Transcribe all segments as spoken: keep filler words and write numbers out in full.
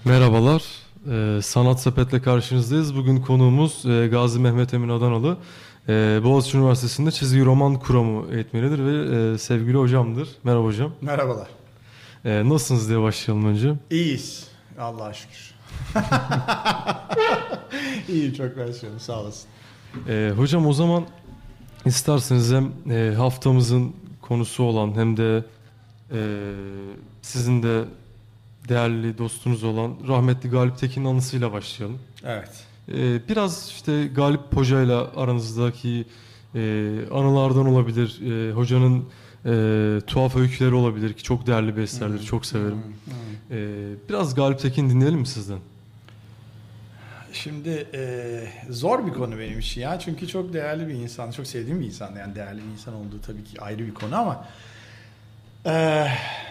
Merhabalar, ee, Sanat Sepet'le karşınızdayız. Bugün konuğumuz e, Gazi Mehmet Emin Adanalı. E, Boğaziçi Üniversitesi'nde çizgi roman kuramı eğitmenidir ve e, sevgili hocamdır. Merhaba hocam. Merhabalar. E, nasılsınız diye başlayalım önce. İyiyiz. Allah'a şükür. İyi, çok versiyonu, sağ olasın. E, hocam o zaman isterseniz hem e, haftamızın konusu olan hem de e, sizin de değerli dostunuz olan rahmetli Galip Tekin'in anısıyla başlayalım. Evet. Ee, biraz işte Galip Hoca ile aranızdaki e, anılardan olabilir. E, hocanın e, tuhaf öyküleri olabilir ki çok değerli bir eserdir. Hmm. Çok severim. Hmm. Hmm. E, biraz Galip Tekin dinleyelim mi sizden? Şimdi e, zor bir konu benim için ya. Çünkü çok değerli bir insan. Çok sevdiğim bir insan. Yani değerli bir insan olduğu tabii ki ayrı bir konu ama e, e,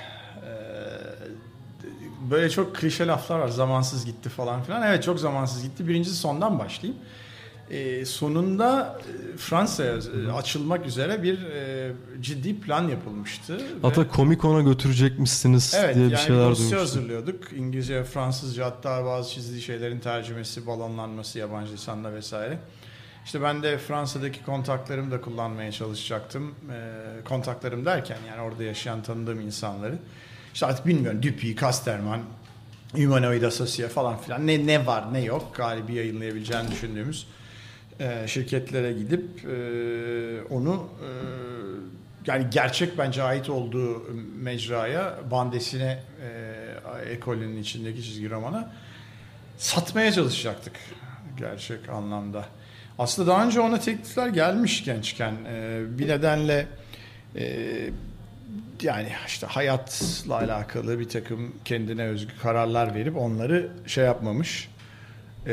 böyle çok klişe laflar var. Zamansız gitti falan filan. Evet, çok zamansız gitti. Birincisi sondan başlayayım. Ee, sonunda Fransa'ya açılmak üzere bir e, ciddi plan yapılmıştı. Hatta ve, Comic-Con'a götürecekmişsiniz evet, diye bir yani şeyler duymuştum. Evet, hazırlıyorduk. İngilizce, Fransızca, hatta bazı çizdiği şeylerin tercümesi, balonlanması yabancı lisanla vesaire. İşte ben de Fransa'daki kontaklarımı da kullanmaya çalışacaktım. E, kontaklarım derken yani orada yaşayan tanıdığım insanları. İşte artık bilmiyorum, Dupuy, Casterman, Humanoid Associé falan filan ne ne var ne yok galiba yayınlayabileceğini düşündüğümüz e, şirketlere gidip e, onu e, yani gerçek bence ait olduğu mecraya, Bandesine e, ekolünün içindeki çizgi romana satmaya çalışacaktık gerçek anlamda. Aslında daha önce ona teklifler gelmiş gençken e, bir nedenle e, yani işte hayatla alakalı bir takım kendine özgü kararlar verip onları şey yapmamış, e,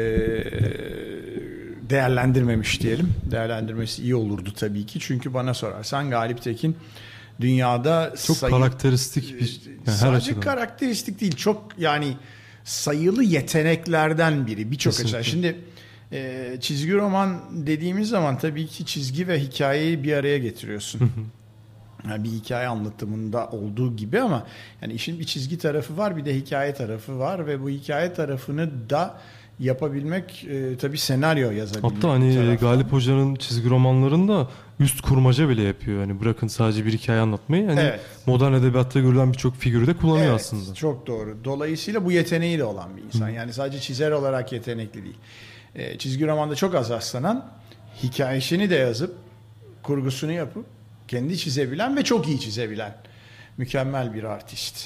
değerlendirmemiş diyelim. Değerlendirmesi iyi olurdu tabii ki. Çünkü bana sorarsan Galip Tekin dünyada çok sayı, karakteristik bir yani sadece karakteristik değil, çok yani sayılı yeteneklerden biri birçok açıdan. Şimdi e, çizgi roman dediğimiz zaman tabii ki çizgi ve hikayeyi bir araya getiriyorsun. Yani bir hikaye anlatımında olduğu gibi ama yani işin bir çizgi tarafı var, bir de hikaye tarafı var ve bu hikaye tarafını da yapabilmek e, tabii senaryo yazabilmek. Hatta hani Galip Hoca'nın çizgi romanlarında üst kurmaca bile yapıyor. Yani bırakın sadece bir hikaye anlatmayı. Yani evet, modern edebiyatta görülen birçok figürü de kullanıyor evet, aslında. Çok doğru. Dolayısıyla bu yeteneği de olan bir insan. Hı. Yani sadece çizer olarak yetenekli değil. E, çizgi romanda çok az rastlanan, hikayesini de yazıp kurgusunu yapıp kendi çizebilen ve çok iyi çizebilen mükemmel bir artist.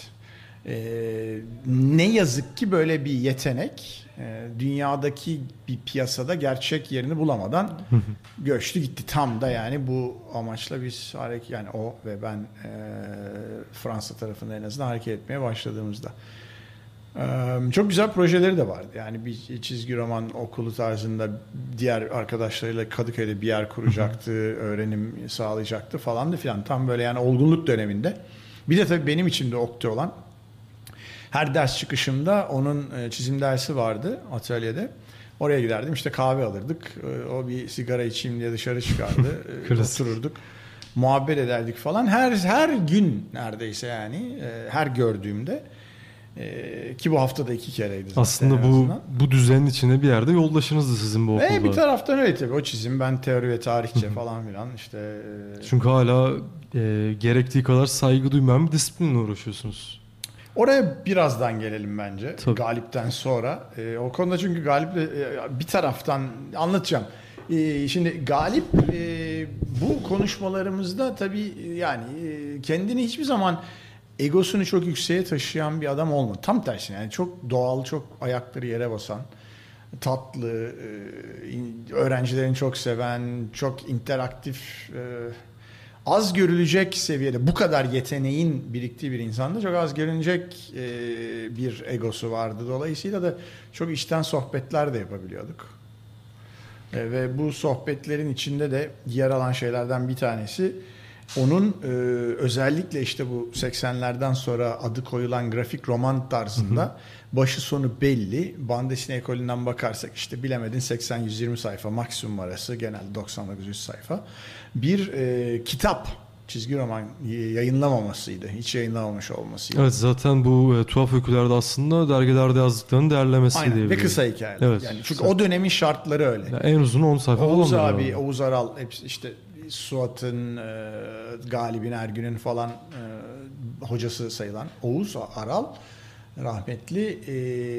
Ee, ne yazık ki böyle bir yetenek e, dünyadaki bir piyasada gerçek yerini bulamadan göçtü gitti. Tam da yani bu amaçla biz hareket, yani o ve ben e, Fransa tarafında en azından hareket etmeye başladığımızda. Ee, çok güzel projeleri de vardı. Yani bir çizgi roman okulu tarzında diğer arkadaşlarıyla Kadıköy'de bir yer kuracaktı, öğrenim sağlayacaktı falan da filan. Tam böyle yani olgunluk döneminde. Bir de tabii benim için de okte olan, her ders çıkışımda onun çizim dersi vardı atölyede. Oraya giderdim, işte kahve alırdık. O bir sigara içeyim diye dışarı çıkardı. Otururduk. Muhabbet ederdik falan. Her her gün neredeyse yani her gördüğümde. Ee, ki bu haftada iki kereydi zaten. Aslında bu bu düzenin içinde bir yerde yoldaşınızdı sizin bu okulda. E, bir taraftan öyle tabii. O çizim, ben teori ve tarihçe falan filan işte. E... Çünkü hala e, gerektiği kadar saygı duymayan bir disiplinle uğraşıyorsunuz. Oraya birazdan gelelim bence. Tabii. Galip'ten sonra. E, o konuda çünkü Galip'le e, bir taraftan anlatacağım. E, şimdi Galip e, bu konuşmalarımızda tabii yani e, kendini hiçbir zaman egosunu çok yükseğe taşıyan bir adam olmadı. Tam tersine yani çok doğal, çok ayakları yere basan, tatlı, öğrencilerini çok seven, çok interaktif, az görülecek seviyede, bu kadar yeteneğin biriktiği bir insanda çok az görünecek bir egosu vardı. Dolayısıyla da çok içten sohbetler de yapabiliyorduk. Ve bu sohbetlerin içinde de yer alan şeylerden bir tanesi, onun e, özellikle işte bu seksenlerden sonra adı koyulan grafik roman tarzında, hı hı, başı sonu belli. Bandesine ekolünden bakarsak işte bilemedin seksen yüz yirmi sayfa maksimum arası, genelde doksan dokuz yüz sayfa bir e, kitap çizgi roman yayınlamamasıydı. Hiç yayınlamamış olmasıydı. Evet, zaten bu e, tuhaf öykülerde aslında dergilerde yazdıklarının değerlemesi Aynen. diyebilirim. Ve kısa hikayeler. Evet. Yani çünkü Kısa. o dönemin şartları öyle. Yani en uzun on sayfa Oğuz falan. abi, herhalde. Oğuz Aral, hepsi işte Suat'ın, e, Galip'in, Ergün'ün falan e, hocası sayılan Oğuz Aral rahmetli e,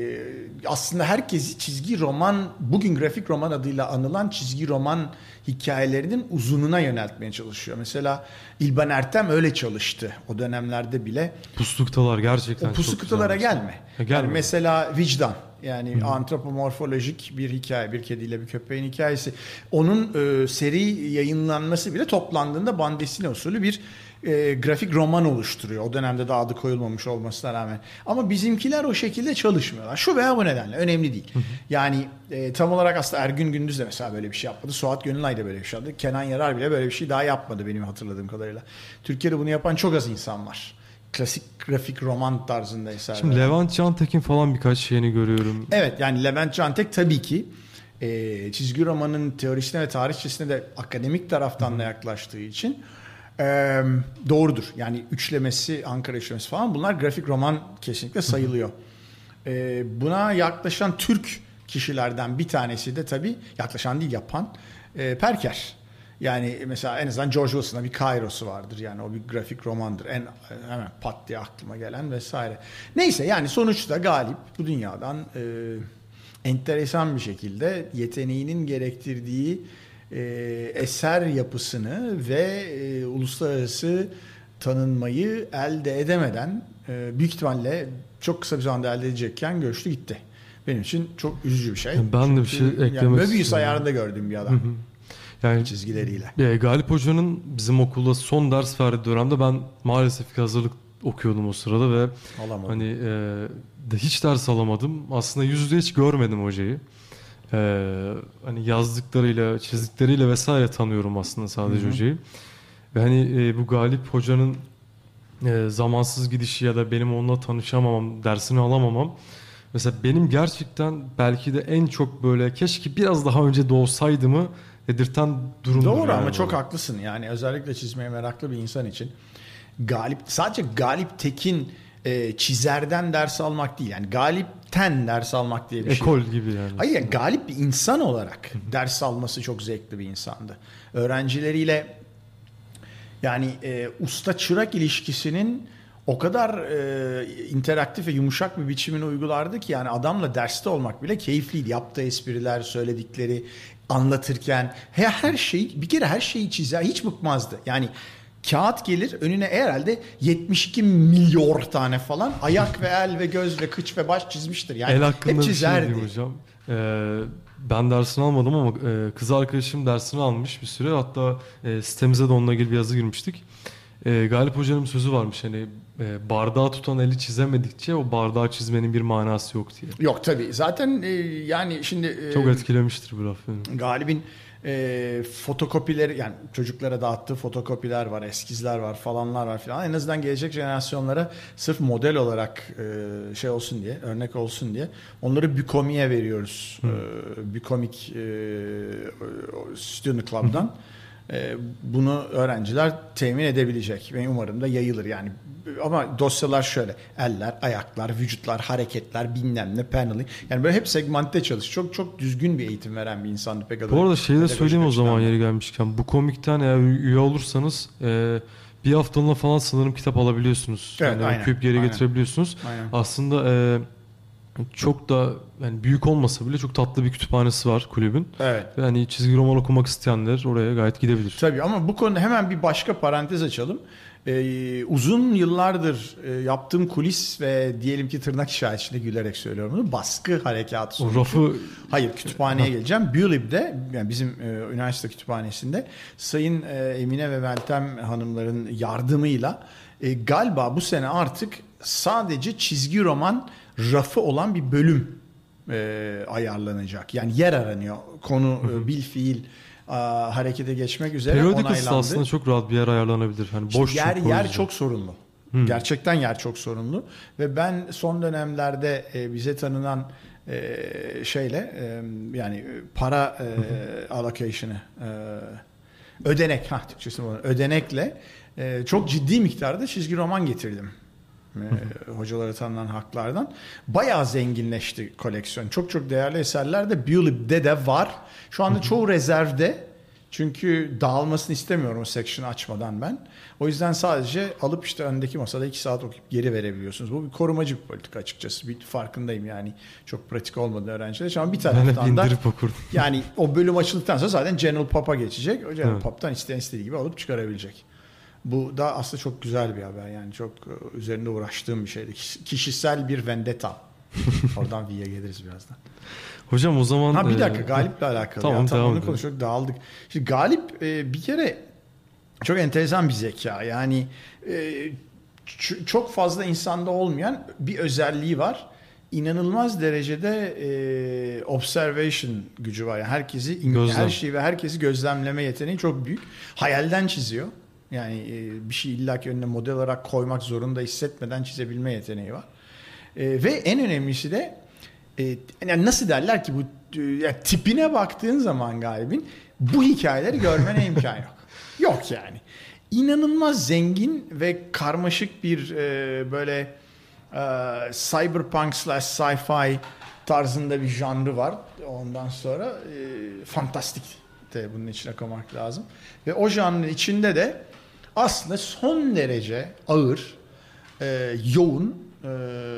aslında herkesi çizgi roman, bugün grafik roman adıyla anılan çizgi roman hikayelerinin uzununa yöneltmeye çalışıyor. Mesela İlban Ertem öyle çalıştı o dönemlerde bile. Puslu kıtalar gerçekten O pusu çok kıtalara güzel. gelme. Ha, gelme. Yani mesela Vicdan, yani Hı. antropomorfolojik bir hikaye, bir kediyle bir köpeğin hikayesi. Onun e, seri yayınlanması bile toplandığında Bandesine usulü bir e, grafik roman oluşturuyor. O dönemde daha adı koyulmamış olmasına rağmen. Ama bizimkiler o şekilde çalışmıyorlar. Şu veya bu nedenle önemli değil. Hı. Yani e, tam olarak aslında Ergün Gündüz de mesela böyle bir şey yapmadı. Suat Gönülay da böyle bir şey yaptı. Kenan Yarar bile böyle bir şey daha yapmadı benim hatırladığım kadarıyla. Türkiye'de bunu yapan çok az insan var. Klasik grafik roman tarzında eserler. Şimdi Levent Cantekin falan birkaç şeyini görüyorum. Evet, yani Levent Cantek tabii ki e, çizgi romanın teorisine ve tarihçesine de akademik taraftan da yaklaştığı için e, doğrudur. Yani üçlemesi, Ankara üçlemesi falan, bunlar grafik roman kesinlikle sayılıyor. E, buna yaklaşan Türk kişilerden bir tanesi de tabii, yaklaşan değil yapan, e, Perker. Yani mesela en azından George Wilson'da bir Kairos'u vardır. Yani o bir grafik romandır. En hemen pat diye aklıma gelen vesaire. Neyse, yani sonuçta Galip bu dünyadan e, enteresan bir şekilde yeteneğinin gerektirdiği e, eser yapısını ve e, uluslararası tanınmayı elde edemeden e, büyük ihtimalle çok kısa bir zamanda elde edecekken göçtü gitti. Benim için çok üzücü bir şey. Ben de bir şey Çünkü eklemek yani Möbius istiyorum. ayarında gördüğüm bir adam. Hı hı. Yani Çizgileriyle. e, Galip Hoca'nın bizim okulda son ders verdiği dönemde ben maalesef ki hazırlık okuyordum o sırada ve Alamadım. hani e, de hiç ders alamadım. Aslında yüz yüze hiç görmedim hocayı. E, hani yazdıklarıyla, çizdikleriyle vesaire tanıyorum aslında sadece Hı hı. hocayı. Ve hani e, bu Galip Hoca'nın e, zamansız gidişi ya da benim onunla tanışamamam, dersini alamamam. Mesela benim gerçekten belki de en çok böyle keşke biraz daha önce doğsaydımı dedirten durumdur. Doğru, yani ama bu. çok haklısın. Yani özellikle çizmeye meraklı bir insan için Galip, sadece Galip Tekin e, çizerden ders almak değil. Yani Galip'ten ders almak diye bir şey. Ekol gibi yani. Hayır, yani Galip bir insan olarak ders alması çok zevkli bir insandı. Öğrencileriyle yani e, usta çırak ilişkisinin o kadar e, interaktif ve yumuşak bir biçimini uygulardı ki yani adamla derste olmak bile keyifliydi. Yaptığı espriler, söyledikleri, anlatırken her, her şey, bir kere her şeyi çizer, hiç bıkmazdı. Yani kağıt gelir önüne, herhalde yetmiş iki milyon tane falan ayak ve el ve göz ve kıç ve baş çizmiştir. Yani El hakkında hep bir şey çizerdi. diyeyim hocam. Ee, ben dersini almadım ama e, kız arkadaşım dersini almış bir süre. Hatta e, sitemize de onunla ilgili bir yazı girmiştik. E, Galip Hoca'nın bir sözü varmış, hani e, bardağı tutan eli çizemedikçe o bardağı çizmenin bir manası yok diye. Yok tabii. Zaten e, yani şimdi e, Çok etkilemiştir bu laf beni. Galip'in e, fotokopileri, yani çocuklara dağıttığı fotokopiler var, eskizler var, falanlar var filan. En azından gelecek jenerasyonlara sırf model olarak e, şey olsun diye, örnek olsun diye onları Bükomi'ye veriyoruz. E, Bükomik e, Student Club'dan. E, bunu öğrenciler temin edebilecek ve umarım da yayılır yani. Ama dosyalar şöyle: eller, ayaklar, vücutlar, hareketler, bilmem ne, paneling. Yani böyle hep segmente çalış. Çok çok düzgün bir eğitim veren bir insandı pek adam. Bu arada şeyi de söyleyeyim o zaman yeri gelmişken. Bu komikten eğer üye olursanız e, bir haftalığına falan sanırım kitap alabiliyorsunuz. Evet, yani aynen, okuyup geri aynen. getirebiliyorsunuz. Aynen. Aslında e, çok da yani büyük olmasa bile çok tatlı bir kütüphanesi var kulübün. Evet. Yani çizgi roman okumak isteyenler oraya gayet gidebilir. Tabii, ama bu konuda hemen bir başka parantez açalım. Ee, uzun yıllardır e, yaptığım kulis ve diyelim ki tırnak işaretiyle gülerek söylüyorum bunu, baskı harekatı O sonucu. rafı Hayır, kütüphaneye geleceğim. Bülib'de, yani bizim e, üniversite kütüphanesinde Sayın e, Emine ve Meltem hanımların yardımıyla e, galiba bu sene artık sadece çizgi roman rafı olan bir bölüm e, ayarlanacak. Yani yer aranıyor. Konu e, bil fiil a, harekete geçmek üzere Periodicals onaylandı. aslında çok rahat bir yer ayarlanabilir. Hani İşte boş yer çünkü o yer yüzden. çok sorunlu. Hmm. Gerçekten yer çok sorunlu ve ben son dönemlerde e, bize tanınan e, şeyle e, yani para e, allocation'ı e, ödenek, ha Türkçesi bu, ödenekle e, çok ciddi miktarda çizgi roman getirdim. E, hocalara tanınan haklardan. Bayağı zenginleşti koleksiyon. Çok çok değerli eserler de Bulib'de de var. Şu anda çoğu rezervde. Çünkü dağılmasını istemiyorum o section'ı açmadan ben. O yüzden sadece alıp işte öndeki masada iki saat okuyup geri verebiliyorsunuz. Bu bir korumacı bir politika açıkçası. Bir farkındayım yani. Çok pratik olmadı öğrenciler için ama bir taraftan da yani o bölüm açıldıktan sonra zaten General Pop'a geçecek. O General evet. Pop'tan isteyen istediği gibi alıp çıkarabilecek. Bu da aslında çok güzel bir haber. Yani çok üzerinde uğraştığım bir şeydi. Kişisel bir vendetta. Oradan V'ye geliriz birazdan. Hocam o zaman... Ha bir dakika Galip'le alakalı. Tamam, ya. tamam Onu konuşuyorduk, dağıldık. Şimdi Galip e, bir kere çok enteresan bir zeka. Yani e, ç- çok fazla insanda olmayan bir özelliği var. İnanılmaz derecede e, observation gücü var. Yani herkesi, Gözlem. her şeyi ve herkesi gözlemleme yeteneği çok büyük. Hayalden çiziyor. Yani e, bir şey illaki önüne model olarak koymak zorunda hissetmeden çizebilme yeteneği var. E, ve en önemlisi de e, yani nasıl derler ki bu ya, tipine baktığın zaman Galip'in bu hikayeleri görmene imkan yok. Yok yani. İnanılmaz zengin ve karmaşık bir e, böyle e, cyberpunk slash sci-fi tarzında bir janrı var. Ondan sonra e, fantastik de bunun içine koymak lazım. Ve o janrın içinde de aslında son derece ağır, e, yoğun, e,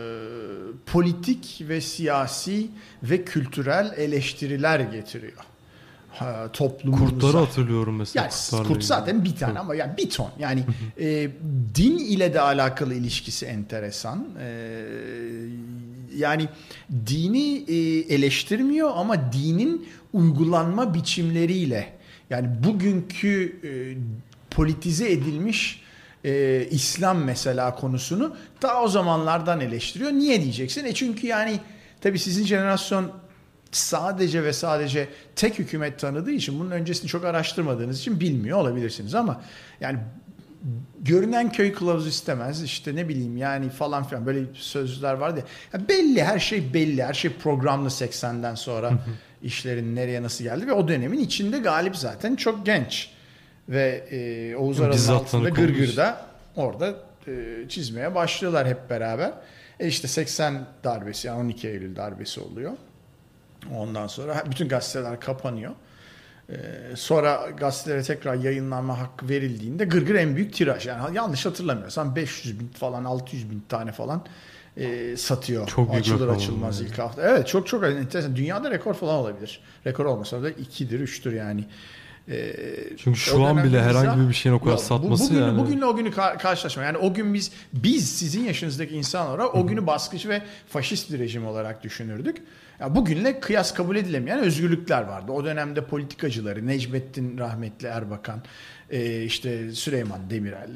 politik ve siyasi ve kültürel eleştiriler getiriyor. Ha, toplumumuza. Kurtları hatırlıyorum mesela. Yani kurt zaten bir tane ama yani bir ton. Yani e, din ile de alakalı ilişkisi enteresan. E, yani dini e, eleştirmiyor ama dinin uygulanma biçimleriyle yani bugünkü e, politize edilmiş e, İslam mesela konusunu daha o zamanlardan eleştiriyor. Niye diyeceksin? E çünkü yani tabii sizin jenerasyon sadece ve sadece tek hükümet tanıdığı için bunun öncesini çok araştırmadığınız için bilmiyor olabilirsiniz ama yani görünen köy kılavuzu istemez işte ne bileyim yani falan filan böyle sözler vardı ya. Ya belli her şey belli her şey programlı seksenden sonra işlerin nereye nasıl geldi ve o dönemin içinde Galip zaten çok genç ve e, Oğuz Aral'ın altında Gırgır'da orada e, çizmeye başlıyorlar hep beraber. E işte seksen darbesi yani on iki Eylül darbesi oluyor. Ondan sonra bütün gazeteler kapanıyor. Ee, sonra gazetelere tekrar yayınlanma hakkı verildiğinde Gırgır en büyük tiraj. Yani yanlış hatırlamıyorsam beş yüz bin falan altı yüz bin tane falan e, satıyor. Çok açılır açılmaz yani. ilk hafta. Evet çok çok enteresan. Dünyada rekor falan olabilir. Rekor olmasa da ikidir üçtür yani. Ee, Çünkü şu an bile herhangi bir şeyin o kadar yok, satması bugün, yani. Bugünle o günü ka- karşılaşma. Yani o gün biz biz sizin yaşınızdaki insan olarak o günü baskıcı ve faşist bir rejim olarak düşünürdük. Yani bugünle kıyas kabul edilemeyen özgürlükler vardı. O dönemde politikacıları Necmettin rahmetli Erbakan, e, işte Süleyman Demirel,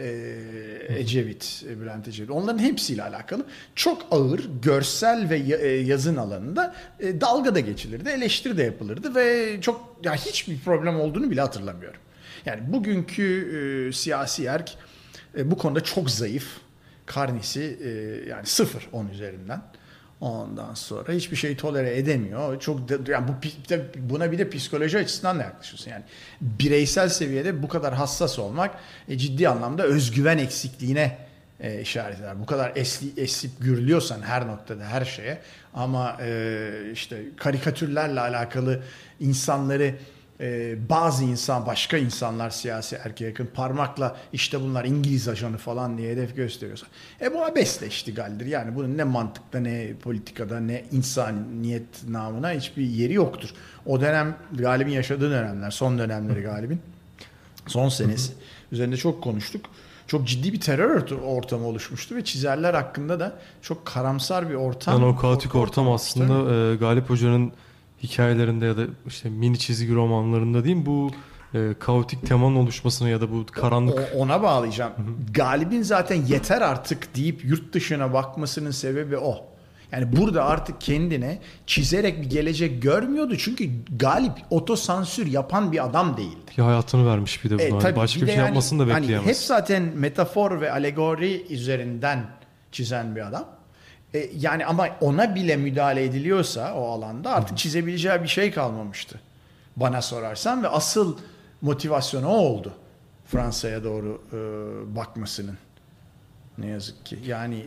e, Ecevit, e, Bülent Ecevit onların hepsiyle alakalı çok ağır görsel ve yazın alanında e, dalga da geçilirdi, eleştiri de yapılırdı ve çok ya hiçbir problem olduğunu bile hatırlamıyorum. Yani bugünkü e, siyasi erk e, bu konuda çok zayıf. Karnesi e, yani sıfır on üzerinden. Ondan sonra hiçbir şeyi tolere edemiyor. Çok de, yani bu buna bir de psikoloji açısından da yaklaşıyorsun. Yani bireysel seviyede bu kadar hassas olmak e, ciddi anlamda özgüven eksikliğine e, işaret eder. Bu kadar esli, esip gürlüyorsan her noktada her şeye ama e, işte karikatürlerle alakalı insanları Ee, bazı insan başka insanlar siyasi erkeğe yakın parmakla işte bunlar İngiliz ajanı falan diye hedef gösteriyorsa e bu abesle iştigaldir. Yani bunun ne mantıkta ne politikada ne insaniyet namına hiçbir yeri yoktur. O dönem Galip'in yaşadığı dönemler son dönemleri Galip'in son senesi üzerinde çok konuştuk. Çok ciddi bir terör ortamı oluşmuştu ve çizerler hakkında da çok karamsar bir ortam. Yani o kaotik ortam, ortam aslında e, Galip Hoca'nın hikayelerinde ya da işte mini çizgi romanlarında diyeyim bu e, kaotik temanın oluşmasına ya da bu karanlık... O, ona bağlayacağım. Hı hı. Galip'in zaten yeter artık deyip yurt dışına bakmasının sebebi o. Yani burada artık kendine çizerek bir gelecek görmüyordu. Çünkü Galip otosansür yapan bir adam değildi. Bir hayatını vermiş bir de buna. E, Başka bir, bir şey yani, yapmasını da bekleyemez. Hani hep zaten metafor ve alegori üzerinden çizen bir adam. E, yani ama ona bile müdahale ediliyorsa o alanda artık çizebileceği bir şey kalmamıştı. Bana sorarsan ve asıl motivasyonu o oldu. Fransa'ya doğru e, bakmasının. Ne yazık ki. Yani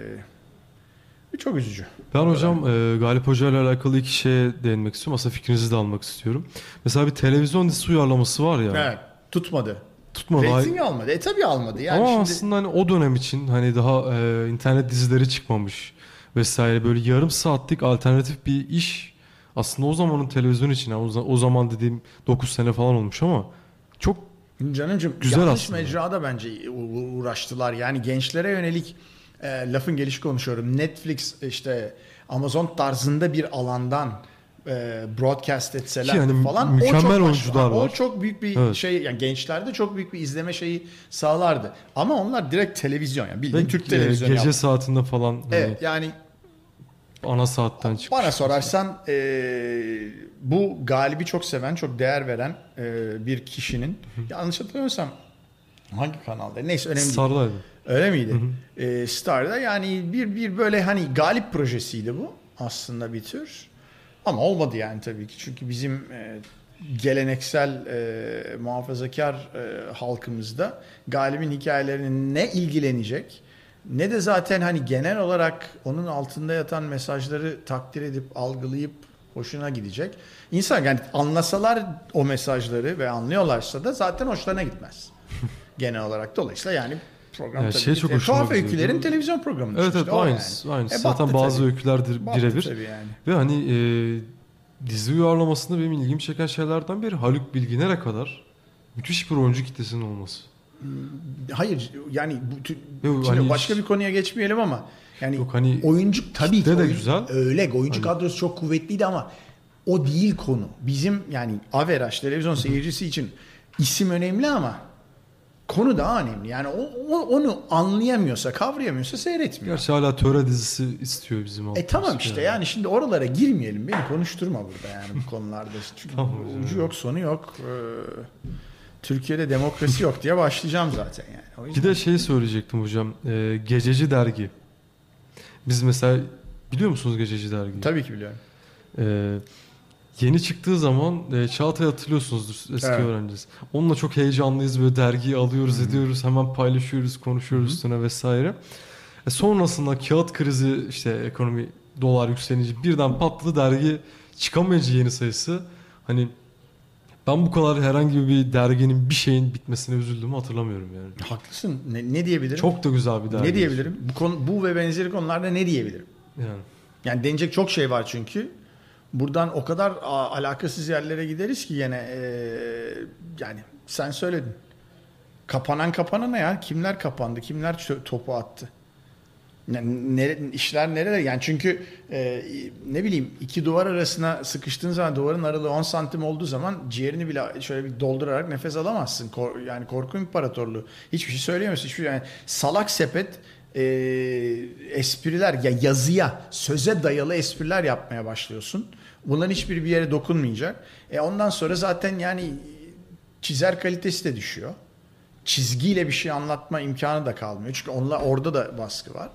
e, çok üzücü. Ben hocam e, Galip Hoca ile alakalı iki şeye değinmek istiyorum. Aslında fikrinizi de almak istiyorum. Mesela bir televizyon dizisi uyarlaması var ya. Evet, tutmadı. Tutmadı. Rating almadı. E tabii almadı. Yani ama şimdi... aslında hani o dönem için hani daha e, internet dizileri çıkmamış vesaire, böyle yarım saatlik alternatif bir iş aslında o zamanın televizyon için, yani o, o zaman dediğim dokuz sene falan olmuş ama çok Canımcığım, güzel yanlış aslında. mecrada bence uğraştılar. Yani gençlere yönelik e, lafın gelişi konuşuyorum. Netflix, işte Amazon tarzında bir alandan e, broadcast etseler yani falan, mükemmel o çok oyuncular başka, var. O çok büyük bir Evet. şey, yani gençlerde çok büyük bir izleme şeyi sağlardı. Ama onlar direkt televizyon, yani bildiğin Ve, Türk e, televizyonu. gece yaptı. saatinde falan hani Evet, yani ana saatten çıkmış. bana sorarsan e, bu Galip'i çok seven, çok değer veren e, bir kişinin, yanlış hatırlamıyorsam hangi kanalda? Neyse, önemli değil. Star'daydı. Öyle miydi? E, Star'da, yani bir bir böyle hani Galip projesiydi bu aslında bir tür. Ama olmadı yani tabii ki. Çünkü bizim e, geleneksel e, muhafazakar e, halkımızda Galip'in hikayelerine ne ilgilenecek, ne de zaten hani genel olarak onun altında yatan mesajları takdir edip algılayıp hoşuna gidecek. İnsan, yani anlasalar o mesajları ve anlıyorlarsa da zaten hoşlarına gitmez. Genel olarak. Dolayısıyla yani program Yani tabii şey ki çok te- hoşuma Tuhaf gidiyordu. Öyküler'in televizyon programı. Evet işte evet, o aynısı. yani. aynısı. E, Zaten battı bazı tabii. öykülerdir Battı birebir. tabii yani. Ve hani e, dizi uyarlamasında benim ilgimi çeken şeylerden biri Haluk Bilginer'e kadar müthiş bir oyuncu kitlesinin olması. Hayır, yani bu tür- Yok, şimdi hani başka hiç- bir konuya geçmeyelim ama yani Yok, hani oyuncu tabii ki kitle de oyun- güzel. öyle oyuncu Hani- kadrosu çok kuvvetliydi ama o değil konu. Bizim yani averaj televizyon seyircisi için isim önemli ama konu daha önemli. Yani o, o- onu anlayamıyorsa, kavrayamıyorsa seyretmiyor. Gerçi hala töre dizisi istiyor bizim E halkımız. tamam işte, yani şimdi oralara girmeyelim. Beni konuşturma burada yani bu konularda. Çünkü Tamam hocam. ucu yok, sonu yok. Ee, Türkiye'de demokrasi yok diye başlayacağım zaten yani. O Bir yüzden- de şey söyleyecektim hocam. E, Gececi Dergi. Biz mesela biliyor musunuz Gececi Dergi'yi? Tabii ki biliyorum. E, yeni çıktığı zaman e, Çağatay hatırlıyorsunuzdur, eski Evet. öğrencisi. Onunla çok heyecanlıyız, böyle dergiyi alıyoruz, ediyoruz, hemen paylaşıyoruz, konuşuyoruz üstüne vesaire. E, sonrasında kağıt krizi, işte ekonomi, dolar yükselince birden patladı, dergi çıkamayınca yeni sayısı. Hani ben bu kadar herhangi bir derginin bir şeyin bitmesine üzüldüğümü hatırlamıyorum yani. Haklısın. Ne, ne diyebilirim? Çok da güzel bir dergi. Ne diyebilirim? Bu konu, bu ve benzeri konularda ne diyebilirim? Yani. Yani denecek çok şey var çünkü. Buradan o kadar a, alakasız yerlere gideriz ki yine e, yani sen söyledin. Kapanan kapanana ya. Kimler kapandı? Kimler çö- topu attı? Yani nere, işler nerede? Yani çünkü e, ne bileyim, iki duvar arasına sıkıştığın zaman, duvarın aralığı on santim olduğu zaman ciğerini bile şöyle bir doldurarak nefes alamazsın. Kor, yani korku imparatorluğu. Hiçbir şey söyleyemiyorsun. Hiçbir şey, yani salak sepet e, espriler, ya yazıya, söze dayalı espriler yapmaya başlıyorsun. Bunların hiçbiri bir yere dokunmayacak. E ondan sonra zaten yani çizer kalitesi de düşüyor. Çizgiyle bir şey anlatma imkanı da kalmıyor. Çünkü onlar, orada da baskı var.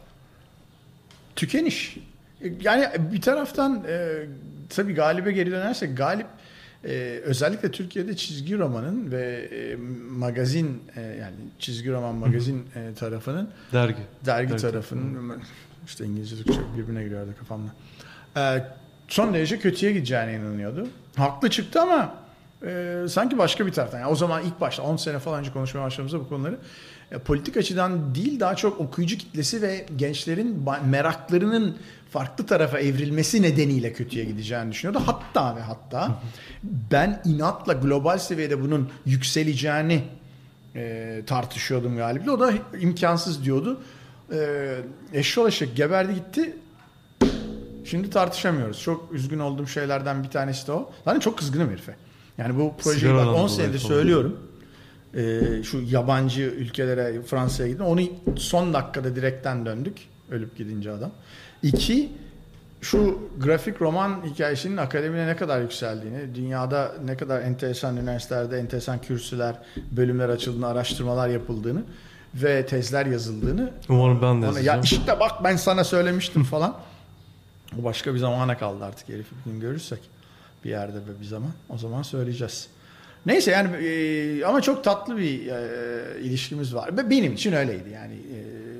Tükeniş. Yani bir taraftan e, tabii Galip'e geri dönersek, Galip e, özellikle Türkiye'de çizgi romanın ve e, magazin e, yani çizgi roman magazin e, tarafının, Dergi. dergi Dergi. tarafının, işte İngilizce Türkçe birbirine giriyordu kafamda. E, son derece kötüye gideceğine inanıyordu. Haklı çıktı ama e, sanki başka bir taraftan. Yani o zaman ilk başta on sene falan önce konuşmaya başladığımızda bu konuları e, politik açıdan değil, daha çok okuyucu kitlesi ve gençlerin ba- meraklarının farklı tarafa evrilmesi nedeniyle kötüye gideceğini düşünüyordu. Hatta ve hatta ben inatla global seviyede bunun yükseleceğini e, tartışıyordum Galip'le. O da imkansız diyordu. E, eşşoğlu eşek geberdi gitti. Şimdi tartışamıyoruz. Çok üzgün olduğum şeylerden bir tanesi de o. Zaten çok kızgınım herife. Yani bu projeyi Sigaradan bak on dolayı senedir falan. söylüyorum. Ee, şu yabancı ülkelere, Fransa'ya gittim. Onu son dakikada direkten döndük. Ölüp gidince adam. İki, şu grafik roman hikayesinin akademide ne kadar yükseldiğini, dünyada ne kadar enteresan üniversitelerde enteresan kürsüler, bölümler açıldığını, araştırmalar yapıldığını ve tezler yazıldığını. Umarım ben de Ona, ya yazacağım. işte bak ben sana söylemiştim falan. O başka bir zamana kaldı artık, herifi bir gün görürsek bir yerde ve bir zaman. O zaman söyleyeceğiz. Neyse yani e, ama çok tatlı bir e, ilişkimiz var. Ve benim için öyleydi yani. E,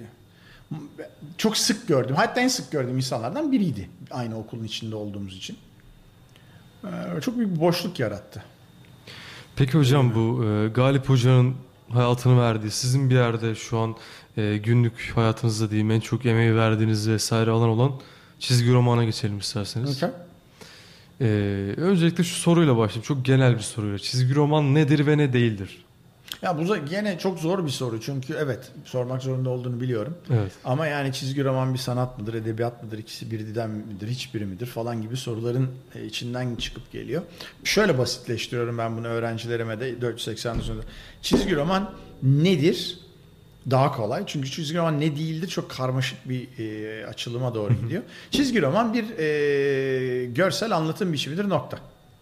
çok sık gördüm. Hatta en sık gördüğüm insanlardan biriydi. Aynı okulun içinde olduğumuz için. E, çok büyük bir boşluk yarattı. Peki hocam bu e, Galip Hoca'nın hayatını verdiği, sizin bir yerde şu an e, günlük hayatınızda diyeyim en çok emeği verdiğiniz vesaire alan olan çizgi romana geçelim isterseniz. Okay. E, öncelikle şu soruyla başlayayım. Çok genel bir soruyla. Çizgi roman nedir ve ne değildir? Ya bu da gene çok zor bir soru çünkü evet sormak zorunda olduğunu biliyorum. Evet. Ama yani çizgi roman bir sanat mıdır, edebiyat mıdır, ikisi birden midir, hiçbiri midir falan gibi soruların içinden çıkıp geliyor. Şöyle basitleştiriyorum ben bunu öğrencilerime de dört yüz seksen sonra. Çizgi roman nedir? Daha kolay. Çünkü çizgi roman ne değildir çok karmaşık bir e, açılıma doğru gidiyor. Çizgi roman bir e, görsel anlatım biçimidir nokta.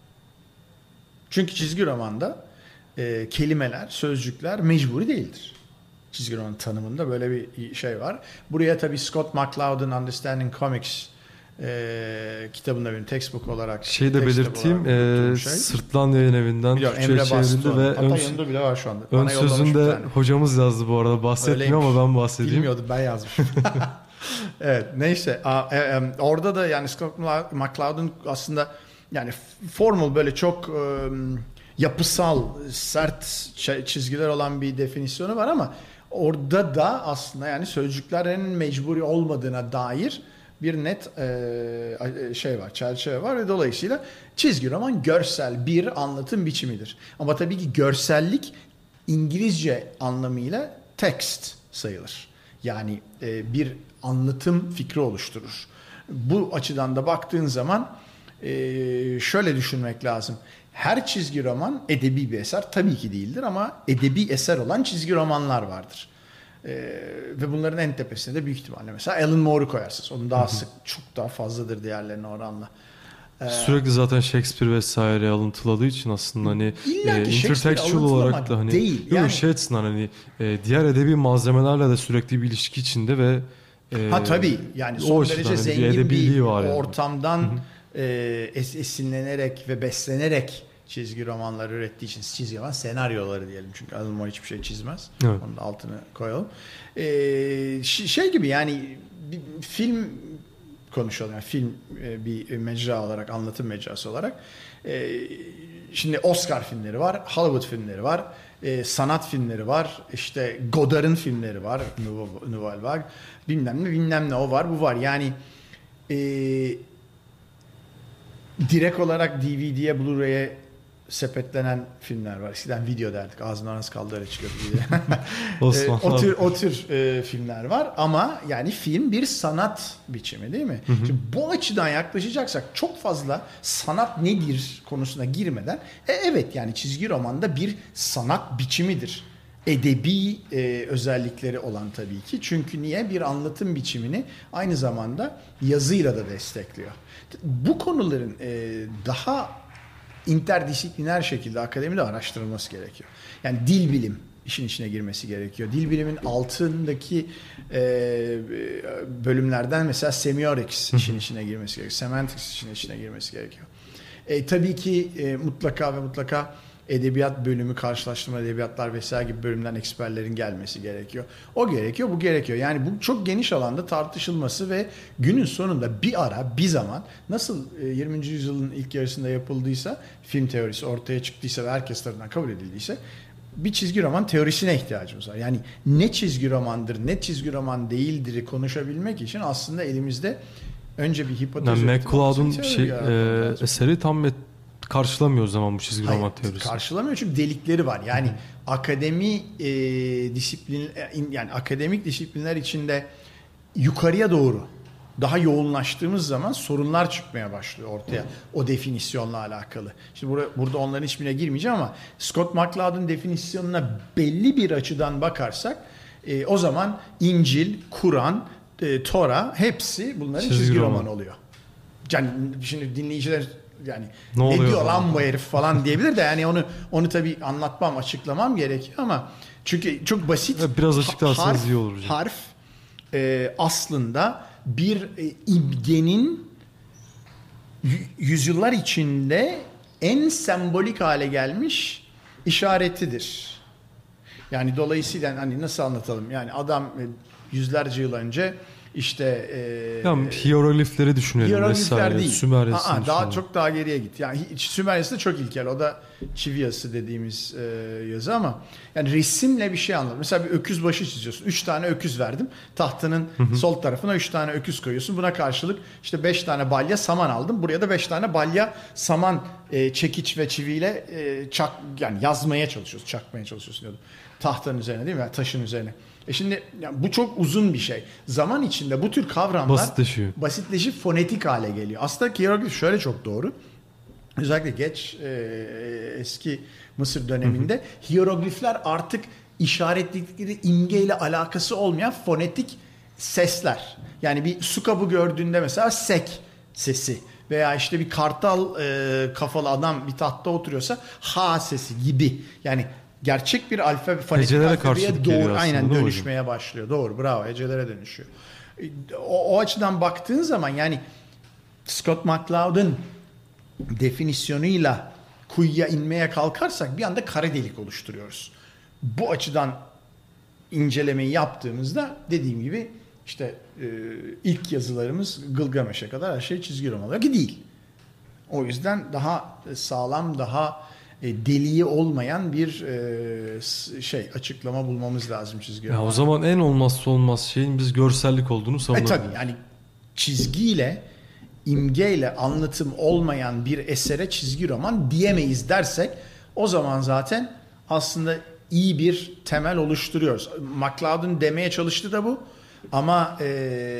Çünkü çizgi romanda e, kelimeler, sözcükler mecburi değildir. Çizgi romanın tanımında böyle bir şey var. Buraya tabii Scott McCloud'un Understanding Comics e, kitabında benim textbook olarak şey de belirteyim e, şey. Sırtlan Yayın Evi'nden Türkçe'ye çevrildi ve hatta ön, yanında bile var şu anda. Ön sözünde hocamız yazdı bu arada, bahsetmiyor ama ben bahsedeyim. Bilmiyordum, ben yazmışım. Evet, neyse orada da yani Scott McCloud'un aslında yani formal böyle çok yapısal sert çizgiler olan bir definisyonu var ama orada da aslında yani sözcüklerin mecburi olmadığına dair bir net e, şey var, çerçeve var ve dolayısıyla çizgi roman görsel bir anlatım biçimidir. Ama tabii ki görsellik İngilizce anlamıyla text sayılır. Yani e, bir anlatım fikri oluşturur. Bu açıdan da baktığın zaman e, şöyle düşünmek lazım. Her çizgi roman edebi bir eser tabii ki değildir ama edebi eser olan çizgi romanlar vardır. Ee, ve bunların en tepesinde de büyük ihtimalle mesela Alan Moore'u koyarsınız. Onun daha sık, çok daha fazladır diğerlerine oranla. Ee, Sürekli zaten Shakespeare vesaire alıntıladığı için aslında hani e, intertextual olarak da hani değil. Yani, şey açısından hani e, diğer edebi malzemelerle de sürekli bir ilişki içinde ve e, ha tabii yani son derece hani zengin bir, bir var ortamdan yani. e, es, esinlenerek ve beslenerek çizgi romanlar ürettiği için çizgi roman senaryoları diyelim çünkü Alan Moore hiçbir şey çizmez. Evet. Onun da altını koyalım. Ee, şey gibi yani bir film konuşalım. Yani film bir mecra olarak, anlatım mecrası olarak. Ee, şimdi Oscar filmleri var, Hollywood filmleri var, e, sanat filmleri var, işte Godard'ın filmleri var, Nouvelle Vague, bilmem ne, bilmem ne o var, bu var. Yani e, direkt olarak D V D'ye, Blu-ray'e sepetlenen filmler var. Eskiden video derdik. Ağzından az kaldı öyle çıkıyordu. e, o tür, o tür e, filmler var ama yani film bir sanat biçimi değil mi? Hı hı. Şimdi bu açıdan yaklaşacaksak çok fazla sanat nedir konusuna girmeden e, evet yani çizgi romanda bir sanat biçimidir. Edebi e, özellikleri olan tabii ki. Çünkü niye? Bir anlatım biçimini aynı zamanda yazıyla da destekliyor. Bu konuların e, daha interdisipliner şekilde akademide araştırılması gerekiyor. Yani dil bilim işin içine girmesi gerekiyor. Dil bilimin altındaki e, bölümlerden mesela semiotics işin içine girmesi gerekiyor. Semantics işin içine girmesi gerekiyor. E, tabii ki e, mutlaka ve mutlaka edebiyat bölümü, karşılaştırma edebiyatlar vesaire gibi bölümden eksperlerin gelmesi gerekiyor. O gerekiyor, bu gerekiyor. Yani bu çok geniş alanda tartışılması ve günün sonunda bir ara, bir zaman nasıl yirminci yüzyılın ilk yarısında yapıldıysa, film teorisi ortaya çıktıysa ve herkes tarafından kabul edildiyse bir çizgi roman teorisine ihtiyacımız var. Yani ne çizgi romandır, ne çizgi roman değildir'i konuşabilmek için aslında elimizde önce bir hipotez. Yani McCloud'un şey, e, eseri tam met karşılamıyor o zaman bu çizgi roman teorisi. Karşılamıyor çünkü delikleri var. Yani Hı. akademi e, disiplin yani akademik disiplinler içinde yukarıya doğru daha yoğunlaştığımız zaman sorunlar çıkmaya başlıyor ortaya. Hı. O definisyonla alakalı. Şimdi burada, burada onların hiçbirine girmeyeceğim ama Scott McCloud'un definisyonuna belli bir açıdan bakarsak e, o zaman İncil, Kur'an, e, Tora hepsi bunların çizgi, çizgi roman. roman oluyor. Yani şimdi dinleyiciler yani ne, ne diyor lan bu herif falan diyebilir de yani onu onu tabii anlatmam, açıklamam gerekiyor ama çünkü çok basit. Evet, biraz açıklarsanız iyi olur hocam. Harf e, aslında bir e, imgenin yüzyıllar içinde en sembolik hale gelmiş işaretidir. Yani dolayısıyla hani nasıl anlatalım? Yani adam yüzlerce yıl önce işte e, Yani hieroglifleri düşünelim hieroglifler vesaire. değil. Sümerya'sını Aa, daha düşünelim. çok daha geriye git. Yani Sümerya'sı da çok ilkel. O da çivi yazısı dediğimiz e, yazı ama yani resimle bir şey anlat. Mesela bir öküz başı çiziyorsun. Üç tane öküz verdim. Tahtının hı hı. sol tarafına üç tane öküz koyuyorsun. Buna karşılık işte beş tane balya saman aldım. Buraya da beş tane balya saman e, çekiç ve çiviyle e, çak yani yazmaya çalışıyorsun, çakmaya çalışıyorsun diyordum. Tahtanın üzerine değil mi? Yani taşın üzerine. E şimdi yani bu çok uzun bir şey. Zaman içinde bu tür kavramlar basitleşiyor. Basitleşip fonetik hale geliyor. Aslında hieroglif şöyle çok doğru. Özellikle geç e, eski Mısır döneminde hieroglifler artık işaretledikleri imgeyle alakası olmayan fonetik sesler. Yani bir su kabı gördüğünde mesela sek sesi veya işte bir kartal e, kafalı adam bir tahtta oturuyorsa ha sesi gibi. Yani gerçek bir alfabe, fonetik hecelere alfabeye doğru aynen aslında, dönüşmeye hocam? başlıyor. Doğru, bravo. Hecelere dönüşüyor. O, o açıdan baktığın zaman yani Scott McCloud'un definisyonuyla kuyuya inmeye kalkarsak bir anda kara delik oluşturuyoruz. Bu açıdan incelemeyi yaptığımızda dediğim gibi işte e, ilk yazılarımız Gılgameş'e kadar her şey çizgi roman olarak değil. O yüzden daha sağlam, daha e, deliği olmayan bir e, şey açıklama bulmamız lazım çizgi roman. Ya o zaman en olmazsa olmaz şeyin biz görsellik olduğunu savunuyoruz. E tabii yani çizgiyle, imgeyle anlatım olmayan bir esere çizgi roman diyemeyiz dersek o zaman zaten aslında iyi bir temel oluşturuyoruz. McCloud'un demeye çalıştığı da bu. Ama e,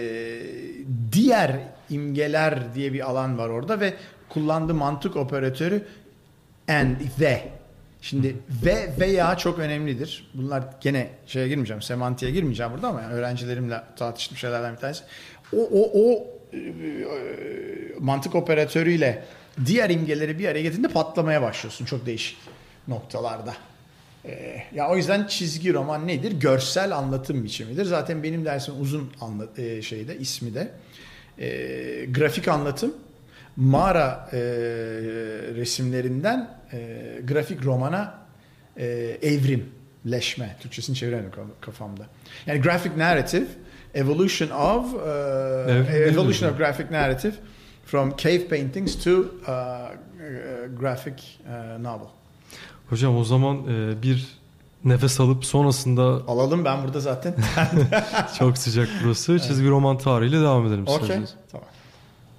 diğer imgeler diye bir alan var orada ve kullandığı mantık operatörü and the. Şimdi ve veya çok önemlidir. Bunlar gene şeye girmeyeceğim, semantiğe girmeyeceğim burada ama yani öğrencilerimle tartıştığım şeylerden bir tanesi. O o o e, mantık operatörüyle diğer imgeleri bir araya getirdiğinde patlamaya başlıyorsun çok değişik noktalarda. Ee, ya o yüzden çizgi roman nedir? Görsel anlatım biçimidir. Zaten benim dersim uzun anla, e, şeyde ismi de e, grafik anlatım. Mağara e, resimlerinden e, grafik romana e, evrimleşme. Türkçesini çeviremedim kafamda. Yani graphic narrative, evolution of uh, evolution of graphic narrative from cave paintings to uh, graphic uh, novel. Hocam o zaman e, bir nefes alıp sonrasında alalım, ben burada zaten çok sıcak burası. Çizgi roman tarihiyle devam edelim. Okey. Tamam.